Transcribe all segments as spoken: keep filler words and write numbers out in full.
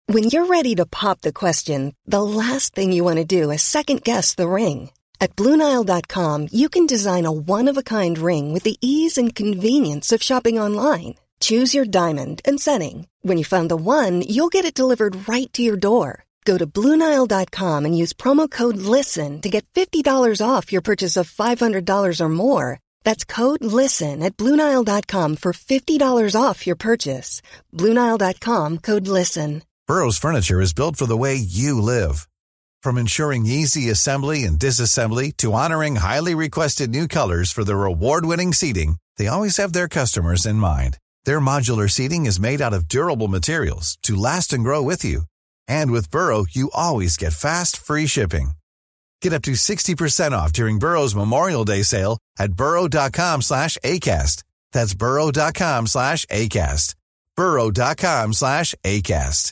When you're ready to pop the question, the last thing you want to do is second-guess the ring. At Blue Nile dot com, you can design a one-of-a-kind ring with the ease and convenience of shopping online. Choose your diamond and setting. When you find the one, you'll get it delivered right to your door. Go to Blue Nile dot com and use promo code LISTEN to get fifty dollars off your purchase of five hundred dollars or more. That's code LISTEN at Blue Nile dot com for fifty dollars off your purchase. Blue Nile dot com, code LISTEN. Burrow's furniture is built for the way you live. From ensuring easy assembly and disassembly to honoring highly requested new colors for their award-winning seating, they always have their customers in mind. Their modular seating is made out of durable materials to last and grow with you. And with Burrow, you always get fast, free shipping. Get up to sixty percent off during Burrow's Memorial Day sale at burrow dot com slash acast. That's burrow dot com slash acast. burrow dot com slash acast.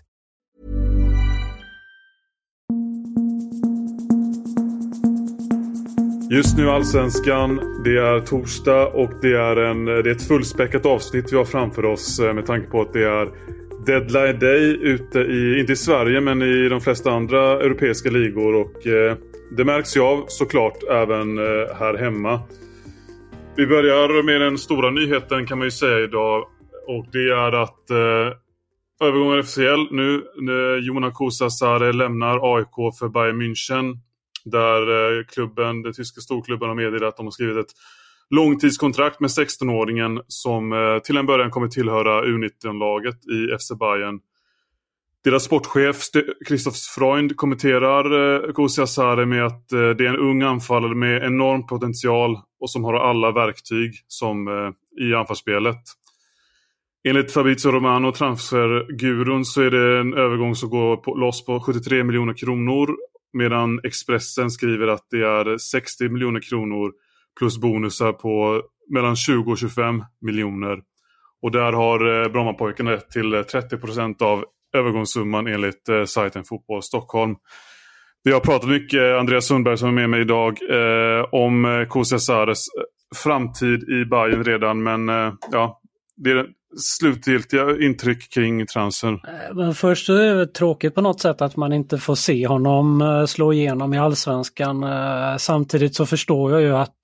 Just nu Allsvenskan, det är torsdag och det är, en, det är ett fullspäckat avsnitt vi har framför oss med tanke på att det är deadline day ute i, inte i Sverige men i de flesta andra europeiska ligor och eh, det märks ju av såklart även eh, här hemma. Vi börjar med den stora nyheten kan man ju säga idag och det är att eh, övergången är officiell nu när Jona Kuussasaari lämnar A I K för Bayern München. Där klubben, den tyska storklubben har meddelat att de har skrivit ett långtidskontrakt med sexton-åringen som till en början kommer tillhöra U nitton-laget i F C Bayern. Deras sportchef Christoph Freund kommenterar Kuussasaari med att det är en ung anfallare med enorm potential och som har alla verktyg som i anfallsspelet. Enligt Fabrizio Romano, transfergurun, så är det en övergång som går på, loss på sjuttiotre miljoner kronor. Medan Expressen skriver att det är sextio miljoner kronor plus bonusar på mellan tjugo och tjugofem miljoner. Och där har Brommapojkarna rätt till trettio procent av övergångssumman enligt eh, sajten Fotboll Stockholm. Vi har pratat mycket, Andreas Sundberg som är med mig idag, eh, om Kuussasaaris framtid i Bayern redan. Men eh, ja, det är slutgiltiga intryck kring transfern. Men först är det tråkigt på något sätt att man inte får se honom slå igenom i Allsvenskan. Samtidigt så förstår jag ju att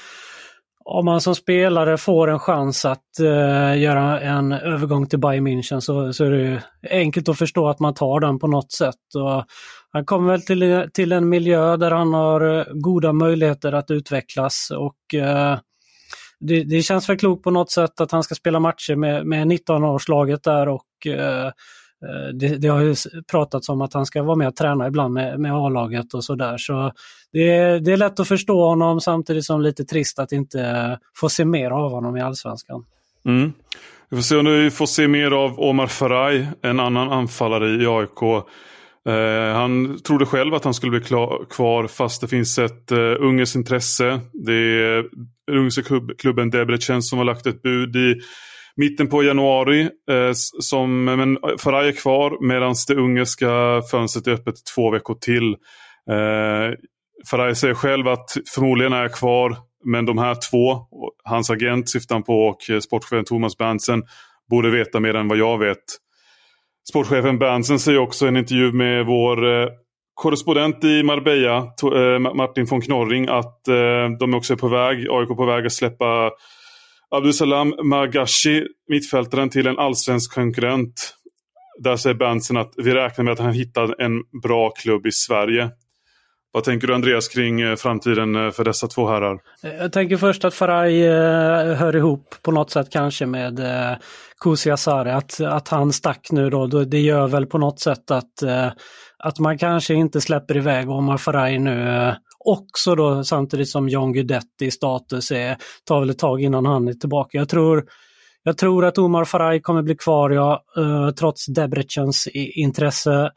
om man som spelare får en chans att göra en övergång till Bayern München så, så är det enkelt att förstå att man tar den på något sätt. Och han kommer väl till, till en miljö där han har goda möjligheter att utvecklas och Det, det känns väl klokt på något sätt att han ska spela matcher med, med nitton-årslaget där och eh, det, det har ju pratats om att han ska vara med och träna ibland med, med A-laget och sådär. Så det, det är lätt att förstå honom samtidigt som lite trist att inte få se mer av honom i Allsvenskan. Mm. Vi får se om vi får se mer av Omar Faraj, en annan anfallare i A I K. Uh, han trodde själv att han skulle bli klar, kvar fast det finns ett uh, ungerskt intresse. Det är ungerska klubb, klubben Debrecen som har lagt ett bud i mitten på januari. Uh, som, men Faraj är kvar medan det ungerska fönstret är öppet två veckor till. Uh, Faraj säger själv att förmodligen är kvar, men de här två, hans agent syftar han på och sportchefen Thomas Berntsen, borde veta mer än vad jag vet. Sportchefen Berntsen säger också i en intervju med vår eh, korrespondent i Marbella, to, eh, Martin von Knorring, att eh, de också är på väg, A I K på väg att släppa Abdusalam Magashi, mittfältaren, till en allsvensk konkurrent. Där säger Berntsen att vi räknar med att han hittar en bra klubb i Sverige. Vad tänker du, Andreas, kring framtiden för dessa två herrar? Jag tänker först att Faraj eh, hör ihop på något sätt kanske med eh, Kuussasaari, att, att han stack nu då, det gör väl på något sätt att, eh, att man kanske inte släpper iväg Omar Faraj nu eh, också då, samtidigt som John Guidetti status är, tar väl ett tag innan han är tillbaka. Jag tror, jag tror att Omar Faraj kommer bli kvar, ja, eh, trots Debrecens intresse,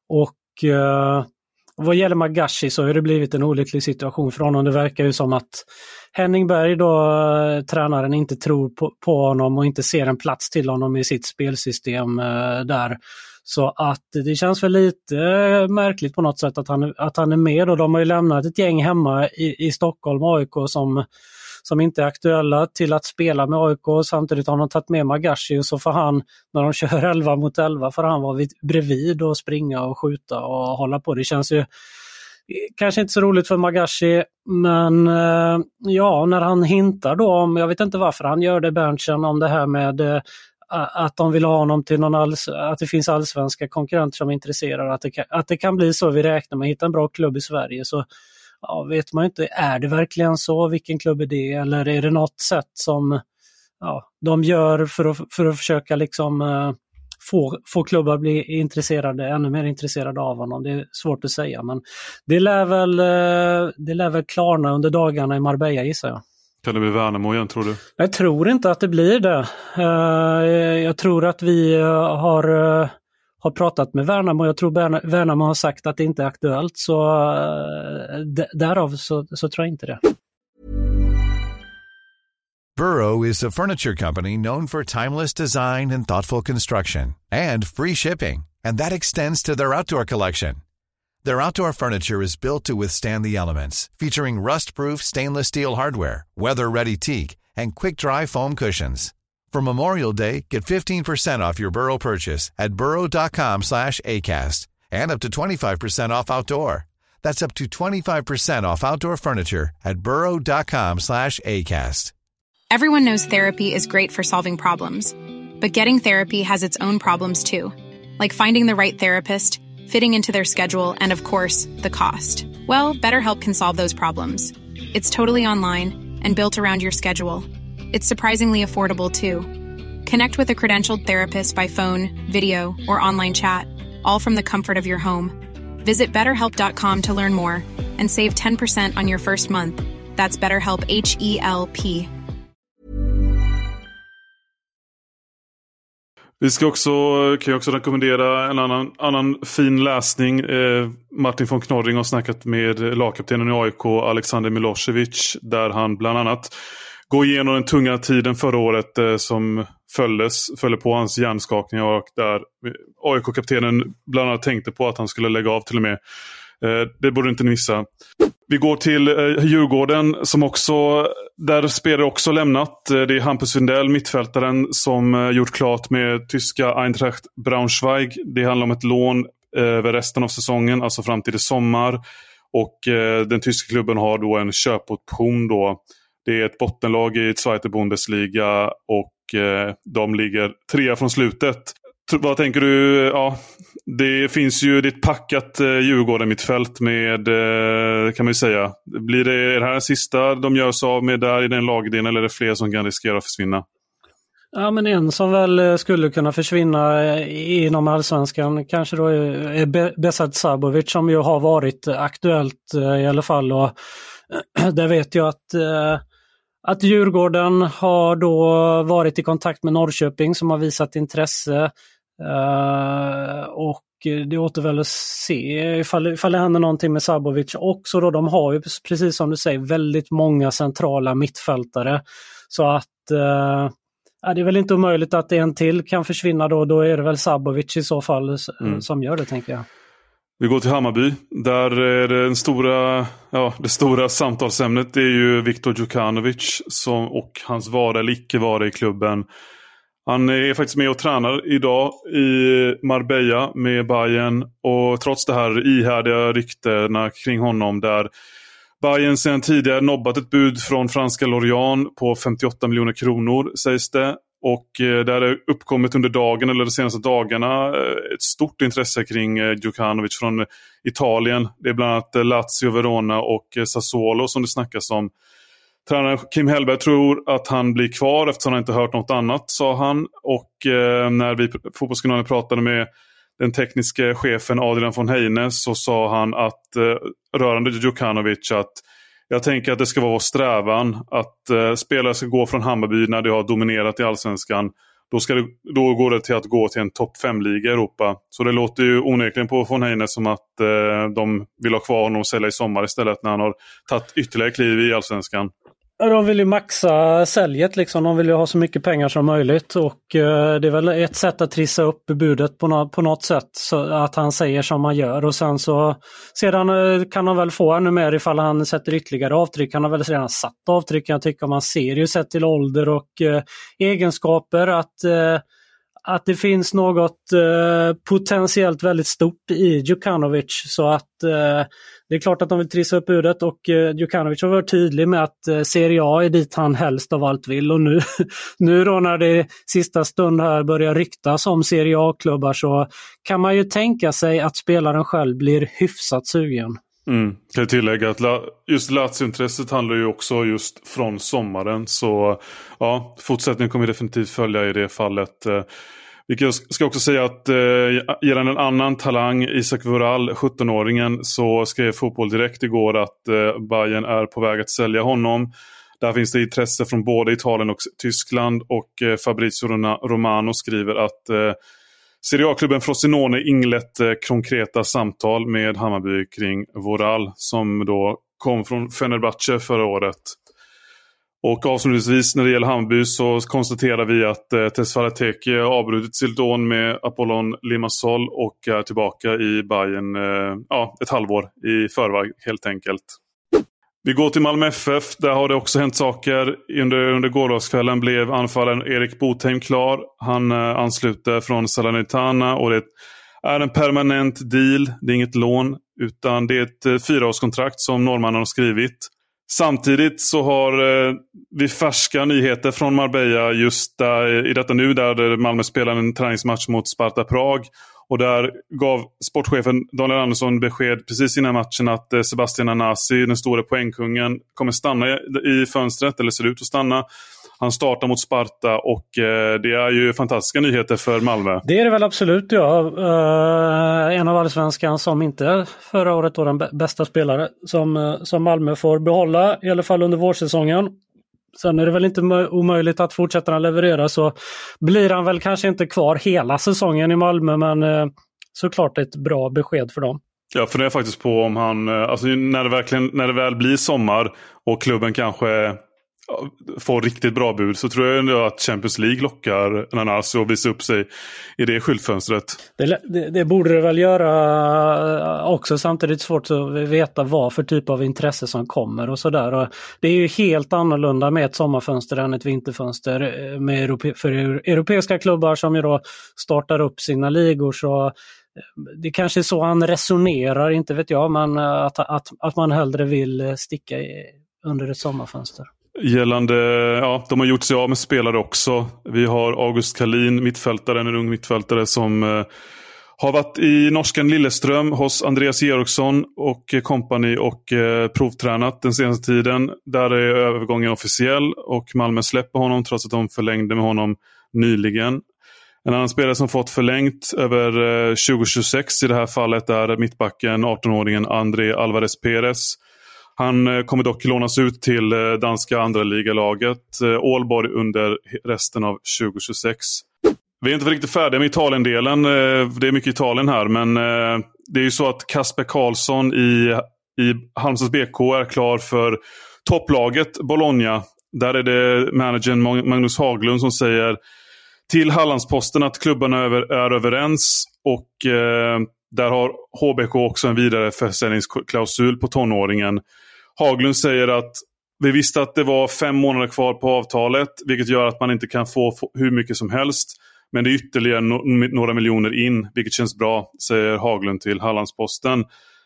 och eh, vad gäller Magashi så har det blivit en olycklig situation för honom. Det verkar ju som att Henning Berg då, tränaren, inte tror på, på honom och inte ser en plats till honom i sitt spelsystem eh, där. Så att det känns väl lite eh, märkligt på något sätt att han, att han är med, och de har ju lämnat ett gäng hemma i, i Stockholm, A I K, som, som inte är aktuella till att spela med A I K. Samtidigt har de tagit med Magashi, och så får han, när de kör elva mot elva, får han vara vid, bredvid och springa och skjuta och hålla på. Det känns ju kanske inte så roligt för Magashi, men eh, ja, när han hintar då om, jag vet inte varför han gör det, Berntsen, om det här med eh, att de vill ha honom till någon alls, att det finns allsvenska konkurrenter som är intresserade, att det kan, att det kan bli så, vi räknar med att hitta en bra klubb i Sverige, så ja, vet man inte, är det verkligen så, vilken klubb är det, eller är det något sätt som ja, de gör för att, för att försöka liksom eh, få, få klubbar bli intresserade, ännu mer intresserade av honom. Det är svårt att säga, men det lär väl, det lär väl klarna under dagarna i Marbella, gissar jag. Kan det bli Värnamo igen, tror du? Jag tror inte att det blir det. Jag tror att vi har, har pratat med Värnamo. Jag tror Värnamo har sagt att det inte är aktuellt, så därav så, så tror jag inte det. Burrow is a furniture company known for timeless design and thoughtful construction, and free shipping, and that extends to their outdoor collection. Their outdoor furniture is built to withstand the elements, featuring rust-proof stainless steel hardware, weather-ready teak, and quick-dry foam cushions. For Memorial Day, get fifteen percent off your Burrow purchase at burrow.com slash ACAST, and up to twenty-five percent off outdoor. That's up to twenty-five percent off outdoor furniture at burrow.com slash ACAST. Everyone knows therapy is great for solving problems, but getting therapy has its own problems too, like finding the right therapist, fitting into their schedule, and of course, the cost. Well, BetterHelp can solve those problems. It's totally online and built around your schedule. It's surprisingly affordable too. Connect with a credentialed therapist by phone, video, or online chat, all from the comfort of your home. Visit better help dot com to learn more and save ten percent on your first month. That's BetterHelp, H E L P. Vi ska också, kan jag också rekommendera en annan, annan fin läsning. Eh, Martin von Knorring har snackat med lagkaptenen i A I K, Alexander Milosevic, där han bland annat går igenom den tunga tiden förra året eh, som följdes, följde på hans hjärnskakning, och där A I K-kaptenen bland annat tänkte på att han skulle lägga av till och med. Eh, det borde inte missa. Vi går till eh, Djurgården, som också, där spelar också lämnat. Eh, det är Hampus Windell, mittfältaren, som eh, gjort klart med tyska Eintracht Braunschweig. Det handlar om ett lån eh, över resten av säsongen, alltså fram till i sommar. Och eh, den tyska klubben har då en köpoption då. Det är ett bottenlag i Zweite Bundesliga, och eh, de ligger trea från slutet. Vad tänker du? Ja, det finns ju ett packat eh, Djurgården mittfält med, eh, kan man ju säga. Blir det det här sista de gör sig av med där i den lagdelen, eller är det fler som kan riskera att försvinna? Ja, men en som väl skulle kunna försvinna inom allsvenskan kanske då är Besad Sabovic, som ju har varit aktuellt i alla fall, och där vet jag att Att Djurgården har då varit i kontakt med Norrköping, som har visat intresse, uh, och det återväl att se ifall, ifall det händer någonting med Sabovic också då. De har ju, precis som du säger, väldigt många centrala mittfältare, så att uh, ja, det är väl inte omöjligt att en till kan försvinna då. Då är det väl Sabovic i så fall mm. som gör det, tänker jag. Vi går till Hammarby. Där är det, en stora, ja, det stora samtalsämnet är ju Viktor Djukanovic, som, och hans vara eller icke vara i klubben. Han är faktiskt med och tränar idag i Marbella med Bayern, och trots det här ihärdiga ryktena kring honom, där Bayern sedan tidigare nobbat ett bud från franska Lorient på femtioåtta miljoner kronor, sägs det. Och där är uppkommit under dagen, eller de senaste dagarna, ett stort intresse kring Djukanovic från Italien. Det är bland annat Lazio, Verona och Sassuolo som det snackas om. Tränaren Kim Hellberg tror att han blir kvar eftersom han inte hört något annat, sa han. Och eh, när vi fotbollskanalen pratade med den tekniska chefen Adrian von Heines, så sa han att eh, rörande Djukanovic att jag tänker att det ska vara vår strävan att eh, spelare ska gå från Hammarby när de har dominerat i allsvenskan. Då, ska det, då går det till att gå till en topp fem-liga i Europa. Så det låter ju onekligen på von Heines som att eh, de vill ha kvar honom och sälja i sommar istället, när han har tagit ytterligare kliv i allsvenskan. De vill ju maxa säljet liksom, de vill ju ha så mycket pengar som möjligt och eh, det är väl ett sätt att trissa upp budet på, no- på något sätt så att han säger som man gör och sen så sedan eh, kan han väl få ännu mer ifall han sätter ytterligare avtryck. Han har väl redan satt avtryck, jag tycker man ser ju sett till ålder och eh, egenskaper att eh, att det finns något eh, potentiellt väldigt stort i Djukanovic så att eh, det är klart att de vill trissa upp budet och eh, Djukanovic har varit tydlig med att eh, Serie A är dit han helst av allt vill och nu, nu då när det sista stund här börjar ryktas om Serie A-klubbar så kan man ju tänka sig att spelaren själv blir hyfsat sugen. Mm. Kan jag tillägga att just Lazio-intresset handlar ju också just från sommaren så ja, fortsättningen kommer definitivt följa i det fallet. Vi ska också säga att eh, gällande en annan talang, Isak Vural, sjuttonåringen, så skrev Fotboll Direkt igår att eh, Bayern är på väg att sälja honom. Där finns det intresse från både Italien och Tyskland och eh, Fabrizio Romano skriver att eh, Serie A-klubben Frosinone inlett eh, konkreta samtal med Hammarby kring Vural som då kom från Fenerbahce förra året. Och avslutningsvis när det gäller Hammarby så konstaterar vi att eh, Tesfala Teke avbrutit sitt lån med Apollon Limassol och är tillbaka i Bayern eh, ja, ett halvår i förväg helt enkelt. Vi går till Malmö F F, där har det också hänt saker. Under, under gårdagskvällen blev anfallaren Erik Botheim klar. Han eh, ansluter från Salernitana och det är en permanent deal. Det är inget lån utan det är ett eh, fyraårskontrakt som norrmannen har skrivit. Samtidigt så har eh, vi färska nyheter från Marbella just där, i detta nu där Malmö spelar en träningsmatch mot Sparta Prag. Och där gav sportchefen Daniel Andersson besked precis innan matchen att eh, Sebastian Anasi, den stora poängkungen, kommer stanna i, i fönstret eller ser ut att stanna. Han startar mot Sparta och eh, det är ju fantastiska nyheter för Malmö. Det är det väl absolut, ja. Uh, en av allsvenskan som inte förra året var den b- bästa spelare som, uh, som Malmö får behålla, i alla fall under vårsäsongen. Sen är det väl inte mö- omöjligt att fortsätta leverera så blir han väl kanske inte kvar hela säsongen i Malmö men uh, såklart ett bra besked för dem. Jag funderar faktiskt på om han, alltså när det, verkligen, när det väl blir sommar och klubben kanske får riktigt bra bud så tror jag ändå att Champions League lockar Nanasi och visar upp sig i det skyltfönstret. Det, det, det borde det väl göra också, samtidigt svårt att veta vad för typ av intresse som kommer och sådär. Det är ju helt annorlunda med ett sommarfönster än ett vinterfönster med europe, för europeiska klubbar som ju då startar upp sina ligor så det kanske är så han resonerar, inte vet jag, men att, att, att man hellre vill sticka i, under ett sommarfönster. Gällande, ja, de har gjort sig av med spelare också. Vi har August Kalin, mittfältaren, en ung mittfältare som eh, har varit i norskan Lilleström hos Andreas Georgsson och kompani och eh, provtränat den senaste tiden. Där är övergången officiell och Malmö släpper honom trots att de förlängde med honom nyligen. En annan spelare som fått förlängt över eh, tjugo tjugosex i det här fallet är mittbacken arton-åringen André Alvarez Perez. Han kommer dock lånas ut till danska andra ligalaget Ålborg under resten av tjugo tjugosex. Vi är inte riktigt färdiga med Italien-delen. Det är mycket Italien här, men det är ju så att Kasper Karlsson i, i Halmstads B K är klar för topplaget Bologna. Där är det managern Magnus Haglund som säger till Hallandsposten att klubbarna är, är överens och eh, där har H B K också en vidare försäljningsklausul på tonåringen. Haglund säger att vi visste att det var fem månader kvar på avtalet, vilket gör att man inte kan få hur mycket som helst. Men det är ytterligare no- några miljoner in, vilket känns bra, säger Haglund till Hallandsposten.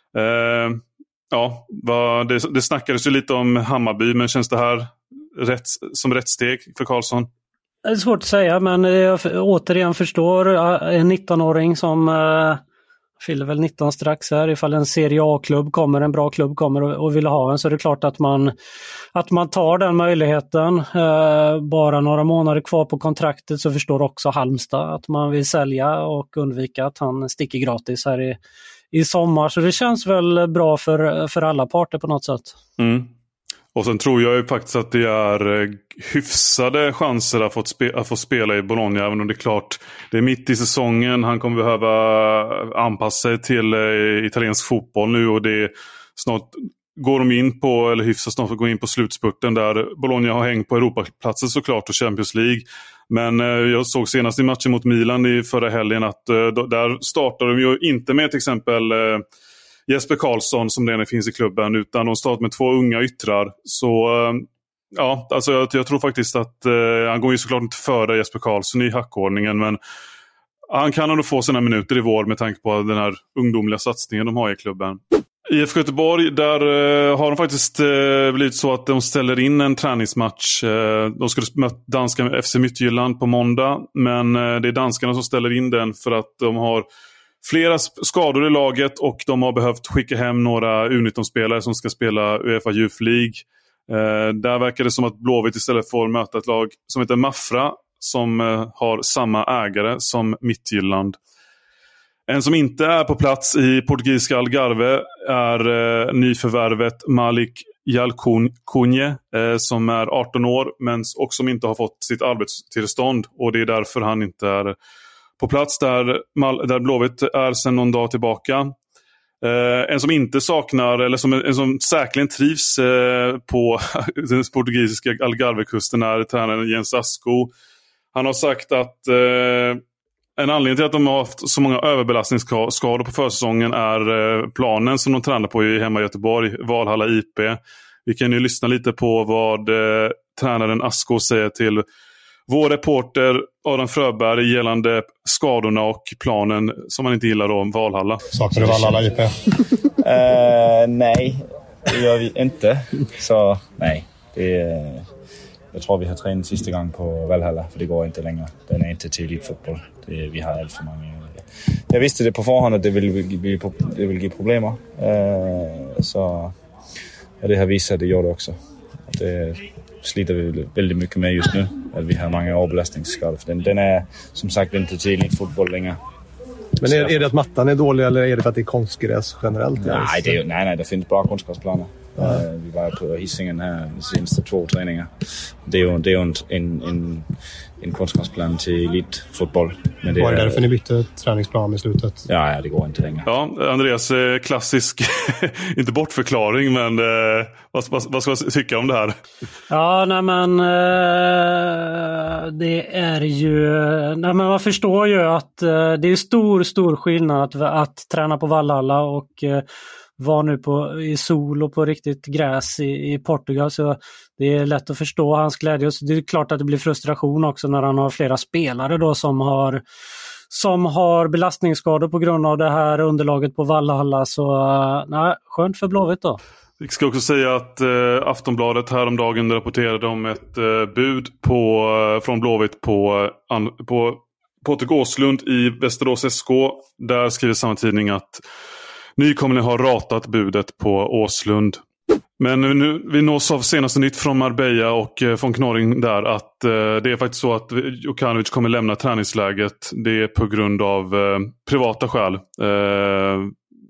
Eh, ja, vad, det, det snackades ju lite om Hammarby, men känns det här rätt, som rätt steg för Karlsson? Det är svårt att säga, men jag återigen förstår en nittonåring som eh, fyller väl nitton strax här. Ifall en Serie A-klubb kommer, en bra klubb kommer och, och vill ha en, så är det klart att man, att man tar den möjligheten. Eh, bara några månader kvar på kontraktet så förstår också Halmstad att man vill sälja och undvika att han sticker gratis här i, i sommar. Så det känns väl bra för, för alla parter på något sätt. Mm. Och sen tror jag ju faktiskt att det är hyfsade chanser att få, spe- att få spela i Bologna. Även om det är klart, det är mitt i säsongen. Han kommer behöva anpassa sig till eh, italiensk fotboll nu. Och det är snart går de in på, eller hyfsas de för att gå in på slutspurten där Bologna har hängt på Europaplatser såklart och Champions League. Men eh, jag såg senast i matchen mot Milan i förra helgen att eh, där startar de ju inte med till exempel eh, Jesper Karlsson som redan finns i klubben, utan de startar med två unga yttrar. Så eh, ja, alltså jag, jag tror faktiskt att eh, han går ju såklart inte före Jesper Karlsson i hackordningen, men han kan ändå få sina minuter i vår med tanke på den här ungdomliga satsningen de har i klubben. I F K Göteborg, där eh, har de faktiskt eh, blivit så att de ställer in en träningsmatch. Eh, de skulle möta danska F C Midtjylland på måndag, men eh, det är danskarna som ställer in den för att de har flera skador i laget och de har behövt skicka hem några U nitton-spelare som ska spela UEFA Youth League. Eh, där verkar det som att Blåvitt istället får möta ett lag som heter Mafra, som eh, har samma ägare som Midtjylland. En som inte är på plats i portugisiska Algarve är eh, nyförvärvet Malik Jalkunje eh, som är arton år men och som inte har fått sitt arbetstillstånd, och det är därför han inte är på plats där, där Blåvitt är sedan någon dag tillbaka. Eh, en som inte saknar, eller som, en som säkerligen trivs eh, på den portugisiska Algarvekusten är tränaren Jens Asko. Han har sagt att eh, en anledning till att de har haft så många överbelastningsskador på försäsongen är planen som de tränar på i hemma i Göteborg, Valhalla I P. Vi kan ju lyssna lite på vad eh, tränaren Asko säger till vår reporter Adam Fröberg gällande skadorna och planen som man inte gillar då om Valhalla. Saknar du Valhalla I P? uh, nej, det gör vi inte. Så nej, det är... Jag tror vi har tränat sista gången på Valhalla, för det går inte längre. Den är inte till elitfotboll. Det, vi har allt för många. Jag visste det på förhand att det ville bli det vill ge problem. Uh, så och det har visat det gör det också. Det sliter vi väldigt mycket med just nu. Att vi har många avbelastningsskador. Den, den är som sagt inte till elitfotboll längre. Men är, är det att mattan är dålig eller är det för att det är konstgräs generellt? Nej, det är, nej, nej, det finns bara konstgräsplaner. Ja. Uh, vi var på Hisingen här de senaste två träningar. Det är ju, det är ju en, en, en konstgräsplan till elitfotboll. Men det var det är därför ni bytte träningsplan i slutet? Ja, ja, det går inte längre. Ja, Andreas, klassisk, inte bortförklaring, men eh, vad, vad, vad ska jag tycka om det här? Ja, nej men eh, det är ju, nej men man förstår ju att eh, det är stor, stor skillnad att, att träna på Valhalla och eh, var nu på, i sol och på riktigt gräs i, i Portugal, så det är lätt att förstå hans glädje. Så det är klart att det blir frustration också när han har flera spelare då som har som har belastningsskador på grund av det här underlaget på Valhalla. Så nej, skönt för Blåvitt då. Vi ska också säga att eh, Aftonbladet häromdagen rapporterade om ett eh, bud på, eh, från Blåvitt på, an, på Patrik Åslund i Västerås S K. Där skriver samma tidning att nykomlingen har ratat budet på Åslund. Men nu, vi nås av senaste nytt från Marbella och eh, från Knorring där att eh, det är faktiskt så att Jokanovic kommer lämna träningsläget. Det är på grund av eh, privata skäl. Eh,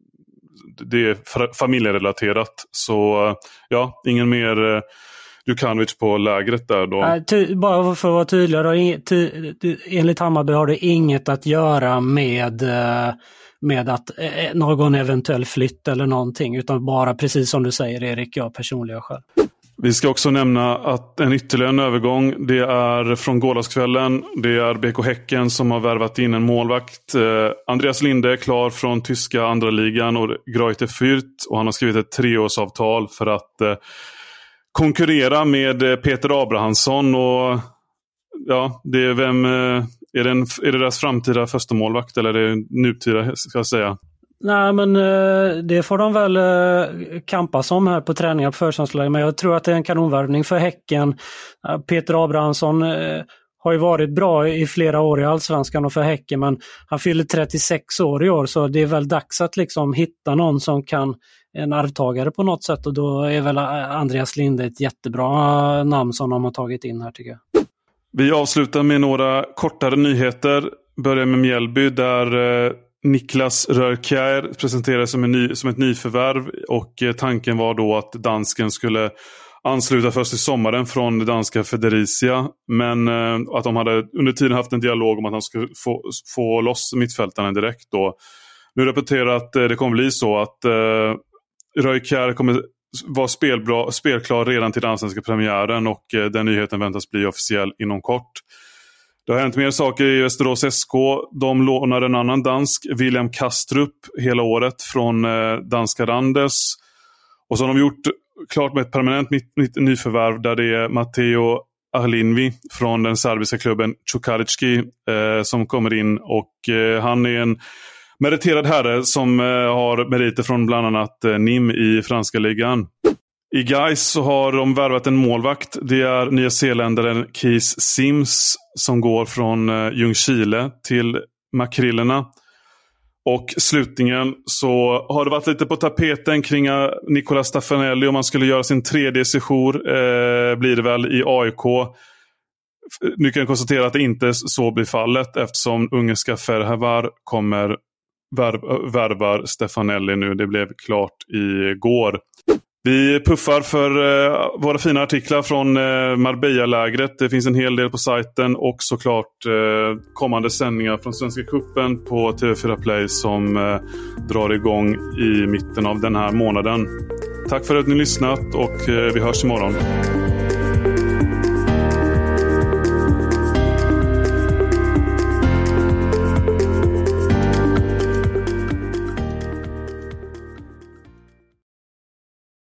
det är fa- familjerelaterat. Så eh, ja, ingen mer eh, Jokanovic på lägret där då. Äh, ty- bara för att vara tydligare, ty- ty- enligt Hammarby har det inget att göra med... Eh, med att eh, någon eventuell flytt eller någonting, utan bara precis som du säger Erik, jag personliga själv. Vi ska också nämna att en ytterligare en övergång, det är från gårdagskvällen, det är B K Häcken som har värvat in en målvakt. Eh, Andreas Linde är klar från tyska andra ligan och Greuther Fürth, och han har skrivit ett treårsavtal för att eh, konkurrera med Peter Abrahamsson, och ja, det är vem... Eh, Är det, en, är det deras framtida första målvakt eller är det nutida, ska jag säga? Nej, men det får de väl kampas om här på träningar på försäsongsläge. Men jag tror att det är en kanonvärvning för Häcken. Peter Abrahamsson har ju varit bra i flera år i Allsvenskan och för Häcken, men han fyller trettiosex år i år, så det är väl dags att liksom hitta någon som kan, en arvtagare på något sätt, och då är väl Andreas Linde ett jättebra namn som de har tagit in här, tycker jag. Vi avslutar med några kortare nyheter. Börjar med Mjällby där eh, Niklas Rörkjær presenterades som, en ny, som ett nyförvärv, och eh, tanken var då att dansken skulle ansluta först i sommaren från det danska Federicia, men eh, att de hade under tiden haft en dialog om att han skulle få, få loss mittfältarna direkt då. Nu rapporterar att eh, det kommer bli så att eh, Rörkjær kommer var spelbra, spelklar redan till den allsvenska premiären och eh, den nyheten väntas bli officiell inom kort. Det har hänt mer saker i Västerås S K. De lånar en annan dansk, William Kastrup, hela året från eh, danska Randers. Och så har de gjort klart med ett permanent mitt, mitt, nyförvärv där det är Matteo Arlinvi från den serbiska klubben Čukarički eh, som kommer in. Och eh, han är en meriterad herre som eh, har meriter från bland annat eh, Nîmes i franska ligan. I Gais så har de värvat en målvakt. Det är nyzeeländaren Kees Sims som går från eh, Ljungskile till Makrillerna. Och slutningen så har det varit lite på tapeten kring Nicola Stefanelli om man skulle göra sin tredje sejour. Eh, blir det väl i A I K. Nu kan jag konstatera att det inte så blir fallet eftersom ungerska Ferhavar kommer värv, värvar Stefanelli nu. Det blev klart igår. Vi puffar för eh, våra fina artiklar från eh, Marbella-lägret. Det finns en hel del på sajten och såklart eh, kommande sändningar från Svenska Cupen på T V fyra Play som eh, drar igång i mitten av den här månaden. Tack för att ni lyssnat och eh, vi hörs imorgon.